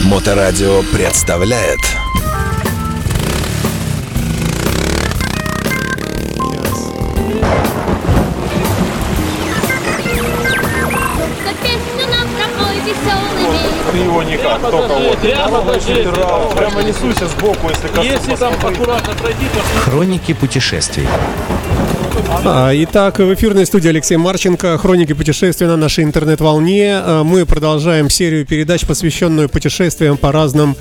Моторадио представляет его никак, только вот. Прямо несуйся сбоку, если там аккуратно пройти, то... Хроники путешествий. Итак, в эфирной студии Алексей Марченко. Хроники путешествия на нашей интернет-волне. Мы продолжаем серию передач, посвященную путешествиям по разным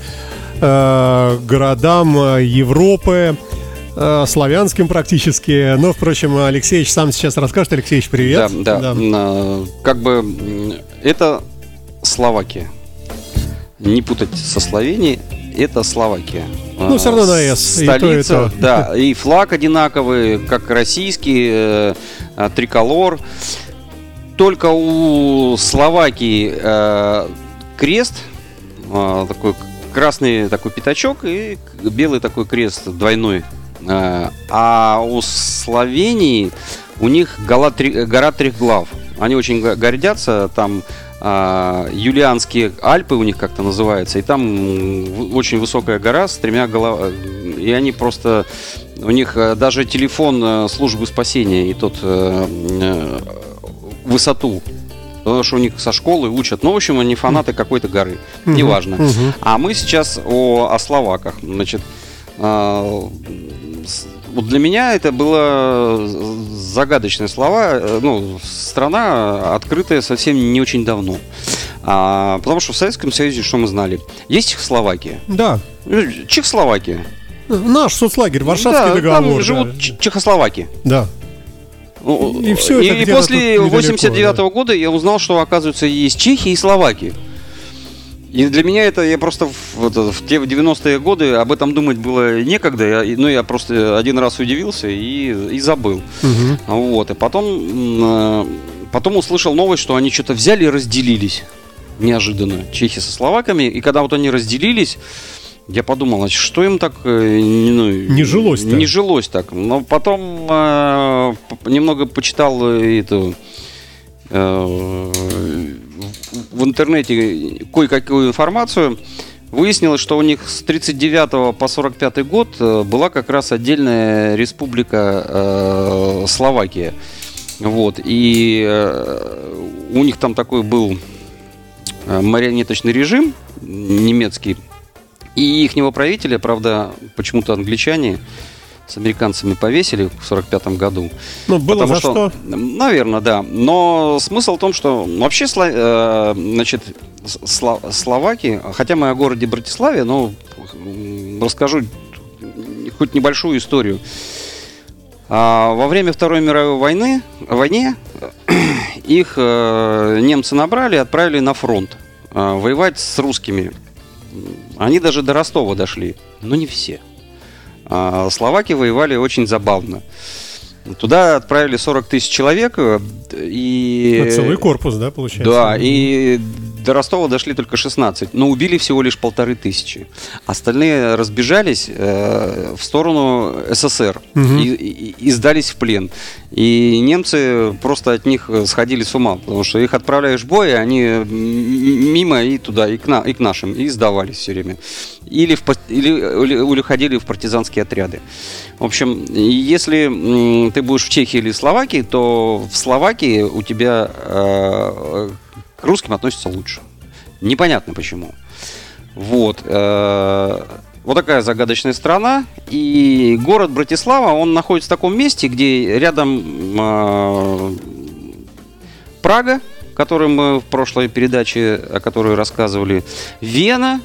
городам Европы, славянским практически. Но, впрочем, Алексеевич сам сейчас расскажет. Алексеевич, привет. Да. Как бы это Словакия. Не путать со Словенией, это Словакия. Ну, все равно на «С». Столица, и то. Да, и флаг одинаковый, как российский, триколор. Только у Словакии крест, такой красный такой пятачок и белый такой крест двойной. А у Словении у них гора Трехглав. Они очень гордятся, там Юлианские Альпы у них как-то называется, и там очень высокая гора с 3 головами, и они просто, у них даже телефон службы спасения и тот высоту, потому что у них со школы учат, ну, в общем, они фанаты какой-то горы, неважно. А мы сейчас о словаках, значит, вот для меня это было загадочные слова, ну, страна, открытая совсем не очень давно. Потому что в Советском Союзе, что мы знали? Есть Чехословакия? Да. Чехословакия. Наш соцлагерь, Варшавский договор. Там живут чехословаки. Да. И все это. И после 89-го года я узнал, что, оказывается, есть чехи и словаки. И для меня это, я просто в те 90-е годы об этом думать было некогда. Я просто один раз удивился и забыл. Вот. И потом услышал новость, что они что-то взяли и разделились. Неожиданно. Чехи со словаками. И когда вот они разделились, я подумал, а что им так не жилось-то? Не жилось так. Но потом немного почитал эту... в интернете кое-какую информацию. Выяснилось, что у них с 1939 по 1945 год была как раз отдельная республика Словакия. Вот. И у них там такой был марионеточный режим немецкий. И ихнего правителя, правда, почему-то англичане с американцами повесили в 1945 году. Ну, было за что? Наверное, да. Но смысл в том, что вообще, значит, Словакия, хотя мы о городе Братиславе, но расскажу хоть небольшую историю. Во время Второй мировой войне их немцы набрали и отправили на фронт воевать с русскими. Они даже до Ростова дошли, но не все. Словаки воевали очень забавно. Туда отправили 40 тысяч человек. И... целый корпус, да, получается? Да, и до Ростова дошли только 16. Но убили всего лишь 1500. Остальные разбежались в сторону СССР и сдались в плен. И немцы просто от них сходили с ума, потому что их отправляешь в бой, они мимо и туда, и к нашим, и сдавались все время. Или уходили в партизанские отряды. В общем, если ты будешь в Чехии или Словакии, то в Словакии у тебя к русским относятся лучше. Непонятно почему. Вот. Вот такая загадочная страна. И город Братислава, он находится в таком месте, где рядом Прага, которую мы в прошлой передаче, о которой рассказывали, Вена.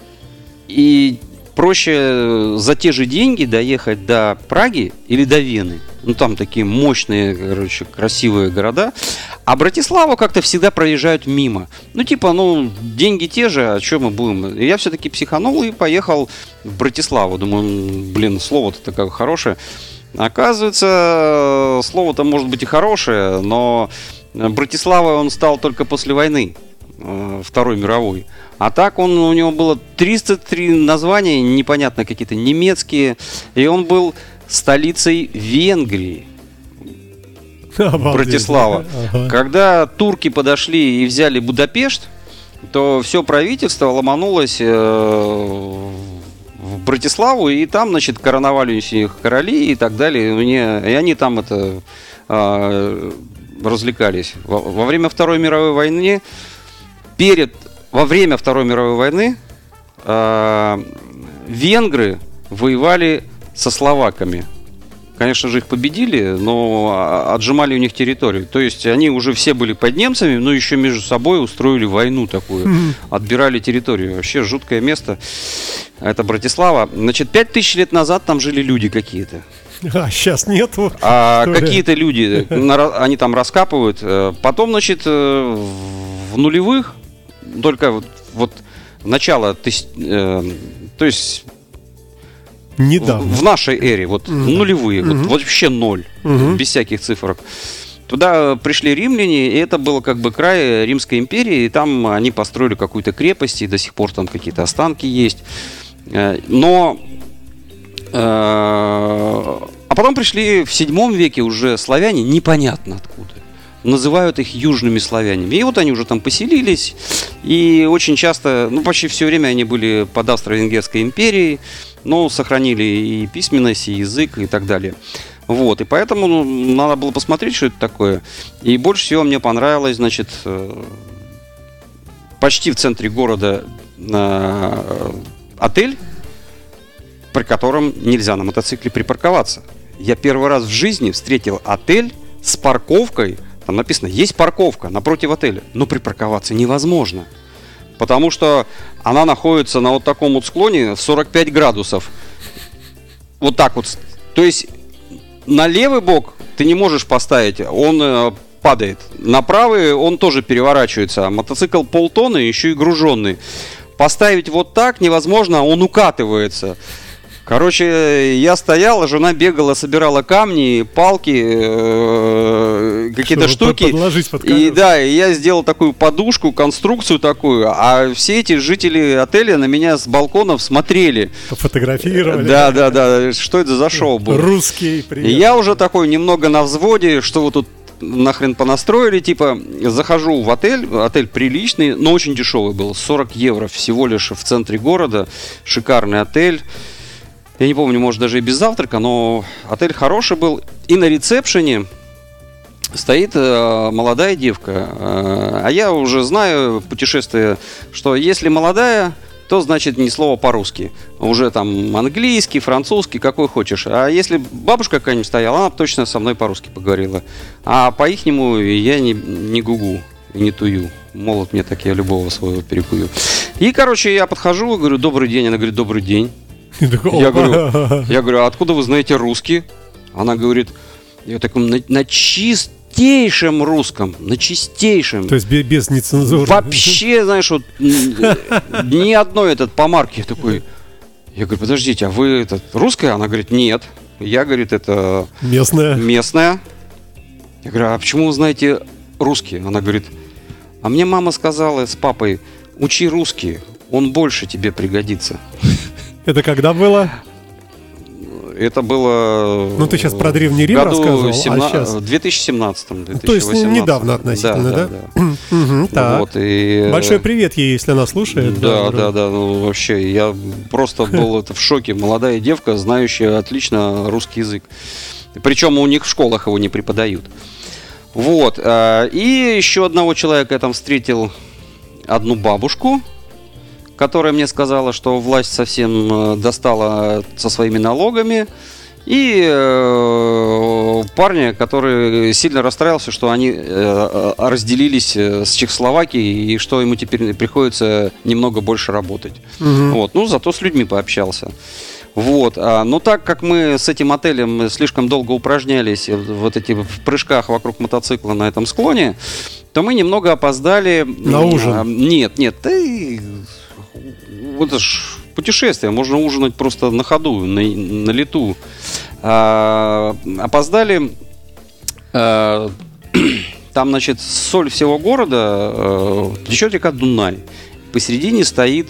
И проще за те же деньги доехать до Праги или до Вены. Ну, там такие мощные, короче, красивые города. А Братиславу как-то всегда проезжают мимо. Ну, типа, деньги те же, а что мы будем? И я все-таки психанул и поехал в Братиславу. Думаю, слово-то такое хорошее. Оказывается, слово-то может быть и хорошее, но Братиславой он стал только после войны, Второй мировой. А так у него было 303 названия, непонятно, какие-то немецкие. И он был столицей Венгрии. Братислава. Ага. Когда турки подошли и взяли Будапешт, то все правительство ломанулось в Братиславу, и там, значит, короновались их короли и так далее, и они там развлекались. Во время Второй мировой войны, во время Второй мировой войны венгры воевали со словаками. Конечно же, их победили, но отжимали у них территорию. То есть они уже все были под немцами, но еще между собой устроили войну такую. Отбирали территорию. Вообще жуткое место. Это Братислава. Значит, 5000 лет назад там жили люди какие-то. А сейчас нету. Какие-то люди, они там раскапывают. Потом, значит, в нулевых, только вот начало, то есть недавно. В нашей эре, вот нулевые, вот вообще ноль, без всяких цифрок. Туда пришли римляне, и это было как бы край Римской империи, и там они построили какую-то крепость, и до сих пор там какие-то останки есть. Но... А потом пришли в 7 веке уже славяне, непонятно откуда. Называют их южными славянами. И вот они уже там поселились. И очень часто, почти все время они были под Австро-Венгерской империей, но сохранили и письменность, и язык, и так далее. Вот, и поэтому надо было посмотреть, что это такое. И больше всего мне понравилось, значит, почти в центре города отель, при котором нельзя на мотоцикле припарковаться. Я первый раз в жизни встретил отель с парковкой. Там написано, есть парковка напротив отеля, но припарковаться невозможно. Потому что она находится на вот таком вот склоне в 45 градусов. Вот так вот. То есть на левый бок ты не можешь поставить, он падает. На правый он тоже переворачивается. А мотоцикл полтонны, еще и груженный. Поставить вот так невозможно, он укатывается. Короче, я стоял, жена бегала, собирала камни, палки, какие-то штуки. Подложить под колеса. И да, и я сделал такую подушку, конструкцию такую, а все эти жители отеля на меня с балконов смотрели. Фотографировали. Да, что это за шоу было? Русский, привет. И я уже такой немного на взводе, что вы тут нахрен понастроили, типа, захожу в отель приличный, но очень дешевый был, 40 евро всего лишь в центре города, шикарный отель. Я не помню, может, даже и без завтрака, но отель хороший был. И на ресепшене стоит молодая девка. А я уже знаю, путешествие, что если молодая, то значит ни слова по-русски. Уже там английский, французский, какой хочешь. А если бабушка какая-нибудь стояла, она точно со мной по-русски поговорила. А по-ихнему я не гугу и не тую. Молод мне так, я любого своего перекую. И, короче, я подхожу, говорю, добрый день. Она говорит, добрый день. Я говорю, а откуда вы знаете русский? Она говорит, я такой, на чистейшем русском, на чистейшем. То есть без нецензуры. Вообще, знаешь, вот ни одной помарки. Я такой, я говорю, подождите, а вы русская? Она говорит, нет. Я, говорит, это местная. Я говорю, а почему вы знаете русский? Она говорит, а мне мама сказала с папой, учи русский, он больше тебе пригодится. Это когда было? Это было... Ну, ты сейчас про Древний Рим рассказывал, а сейчас? В 2017-2018. То есть недавно относительно, да? Да. Вот, и... Большой привет ей, если она слушает. Да, ну вообще, я просто был в шоке. Молодая девка, знающая отлично русский язык. Причем у них в школах его не преподают. Вот. И еще одного человека я там встретил, одну бабушку, которая мне сказала, что власть совсем достала со своими налогами. И парня, который сильно расстраивался, что они разделились с Чехословакией, и что ему теперь приходится немного больше работать. Вот. Ну, зато с людьми пообщался. Вот. Но так как мы с этим отелем слишком долго упражнялись в прыжках вокруг мотоцикла на этом склоне, то мы немного опоздали. На ужин? Нет. Это ж путешествие, можно ужинать просто на ходу, на лету. Опоздали. Там, значит, соль всего города, течет река Дунай. Посередине стоит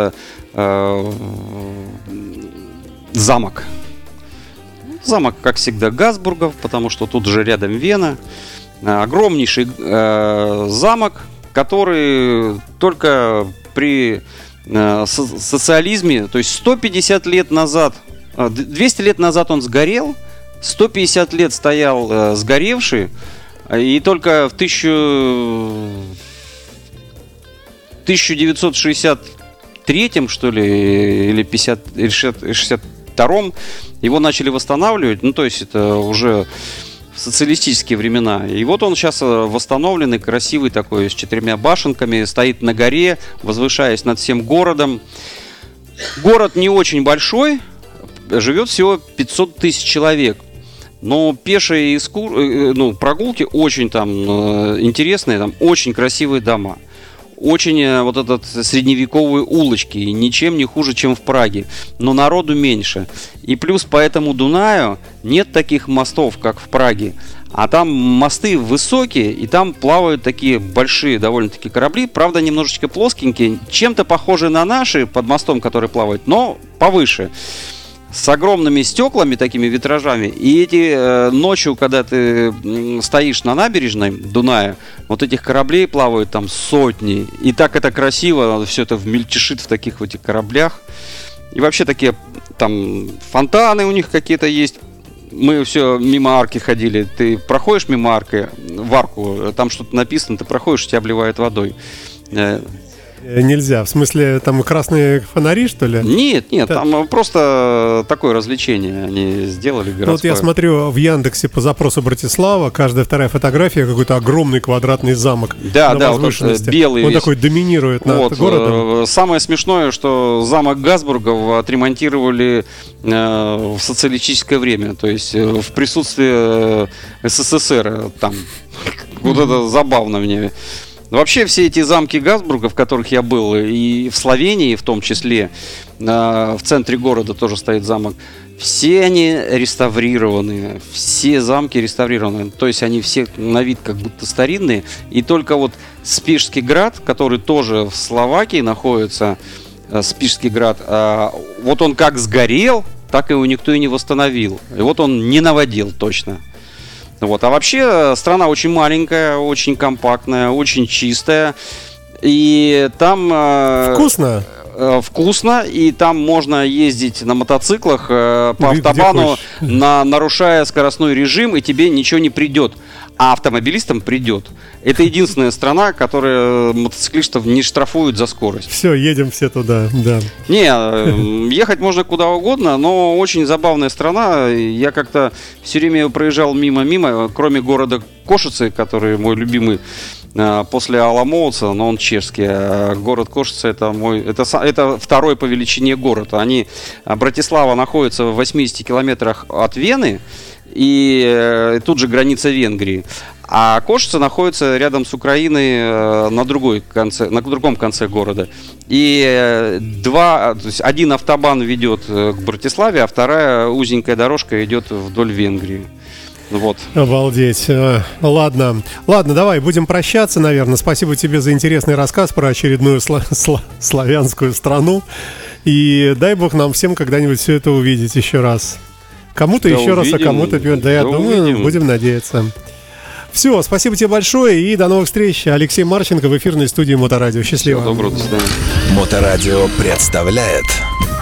замок. Замок, как всегда, Габсбургов, потому что тут же рядом Вена. Огромнейший замок, который только при социализме, то есть 150 лет назад, 200 лет назад он сгорел, 150 лет стоял сгоревший, и только в 1963 что ли, или 62-м его начали восстанавливать, ну то есть это уже в социалистические времена. И вот он сейчас восстановленный, красивый такой, с 4 башенками, стоит на горе, возвышаясь над всем городом. Город не очень большой, живет всего 500 тысяч человек. Но пешие прогулки очень там интересные, там очень красивые дома. Очень вот этот средневековые улочки, ничем не хуже, чем в Праге, но народу меньше. И плюс по этому Дунаю нет таких мостов, как в Праге, а там мосты высокие, и там плавают такие большие довольно-таки корабли, правда немножечко плоскенькие, чем-то похожие на наши под мостом, которые плавают, но повыше. С огромными стеклами, такими витражами. И эти ночью, когда ты стоишь на набережной Дуная, вот этих кораблей плавают там сотни. И так это красиво, все это мельтешит в таких вот этих кораблях. И вообще такие там фонтаны у них какие-то есть. Мы все мимо арки ходили. Ты проходишь мимо арки, в арку, там что-то написано, ты проходишь, тебя обливает водой. Нельзя, в смысле, там красные фонари, что ли? Нет, там просто такое развлечение они сделали городское. Ну, вот я смотрю в Яндексе по запросу Братислава, каждая вторая фотография какой-то огромный квадратный замок. Да, вот белый. Он такой доминирует над городом. Самое смешное, что замок Газбургов отремонтировали в социалистическое время, то есть в присутствии СССР там. Вот это забавно мне. Вообще все эти замки Газбурга, в которых я был, и в Словении в том числе, в центре города тоже стоит замок, все они реставрированы, все замки реставрированы, то есть они все на вид как будто старинные, и только вот Спишский град, который тоже в Словакии находится, Спишский град, вот он как сгорел, так его никто и не восстановил, и вот он не наводил точно. Вот. А вообще страна очень маленькая, очень компактная, очень чистая. И там... Вкусно? Вкусно. И там можно ездить на мотоциклах по автобану, нарушая скоростной режим, и тебе ничего не придет. А автомобилистам придет. Это единственная страна, которая мотоциклистов не штрафует за скорость. Все, едем все туда, да. Не, ехать можно куда угодно, но очень забавная страна. Я как-то все время проезжал мимо, кроме города Кошицы, который мой любимый после Аламоуца, но он чешский. Город Кошица это второй по величине город. Братислава находится в 80 километрах от Вены, и тут же граница Венгрии. А Кошица находится рядом с Украиной на другом конце города. И то есть один автобан ведет к Братиславе, а вторая узенькая дорожка идет вдоль Венгрии. Вот. Обалдеть. Ладно, давай, будем прощаться, наверное. Спасибо тебе за интересный рассказ про очередную славянскую страну. И дай бог нам всем когда-нибудь все это увидеть еще раз. Кому-то еще раз, а кому-то... Да, я думаю, будем надеяться. Все, спасибо тебе большое и до новых встреч. Алексей Марченко в эфирной студии Моторадио. Счастливо. Всего доброго, до свидания. Моторадио представляет